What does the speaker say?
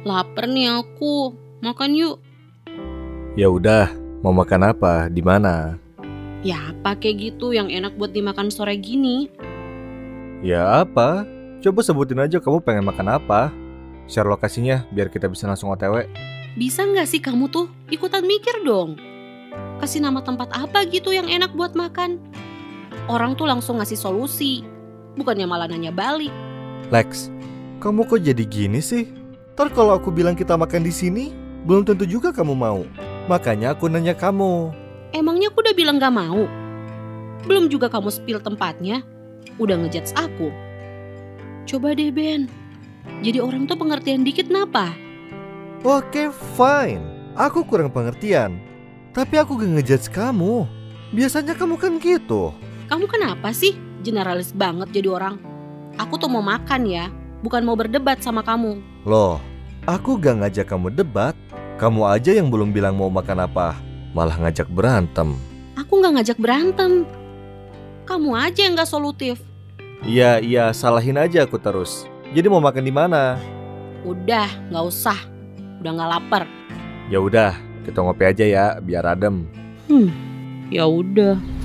Laper nih aku. Makan yuk. Ya udah, mau makan apa? Di mana? Ya apa kayak gitu yang enak buat dimakan sore gini? Ya apa? Coba sebutin aja kamu pengen makan apa. Share lokasinya biar kita bisa langsung OTW. Bisa nggak sih kamu tuh ikutan mikir dong? Kasih nama tempat apa gitu yang enak buat makan. Orang tuh langsung ngasih solusi, bukannya malah nanya balik. Lex, kamu kok jadi gini sih? Ntar kalau aku bilang kita makan di sini, belum tentu juga kamu mau. Makanya aku nanya kamu. Emangnya aku udah bilang gak mau? Belum juga kamu spill tempatnya, udah ngejudge aku. Coba deh Ben, jadi orang tuh pengertian dikit kenapa? Oke, fine. Aku kurang pengertian. Tapi aku gak ngejudge kamu. Biasanya kamu kan gitu. Kamu kenapa sih generalis banget jadi orang? Aku tuh mau makan ya, bukan mau berdebat sama kamu. Loh, aku gak ngajak kamu debat. Kamu aja yang belum bilang mau makan apa, malah ngajak berantem. Aku gak ngajak berantem. Kamu aja yang gak solutif. Iya, salahin aja aku terus. Jadi mau makan di mana? Udah, gak usah. Udah gak lapar. Ya udah, kita ngopi aja ya, biar adem. Ya udah.